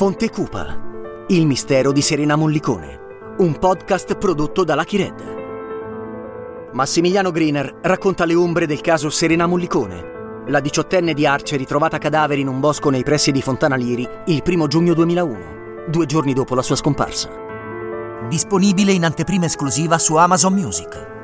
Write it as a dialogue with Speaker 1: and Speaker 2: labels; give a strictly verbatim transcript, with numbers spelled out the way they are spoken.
Speaker 1: Fonte Cupa, il mistero di Serena Mollicone, un podcast prodotto da Lucky Red. Massimiliano Griner racconta le ombre del caso Serena Mollicone, la diciottenne di Arce ritrovata cadavere in un bosco nei pressi di Fontana Liri il primo giugno duemilauno, due giorni dopo la sua scomparsa.
Speaker 2: Disponibile in anteprima esclusiva su Amazon Music.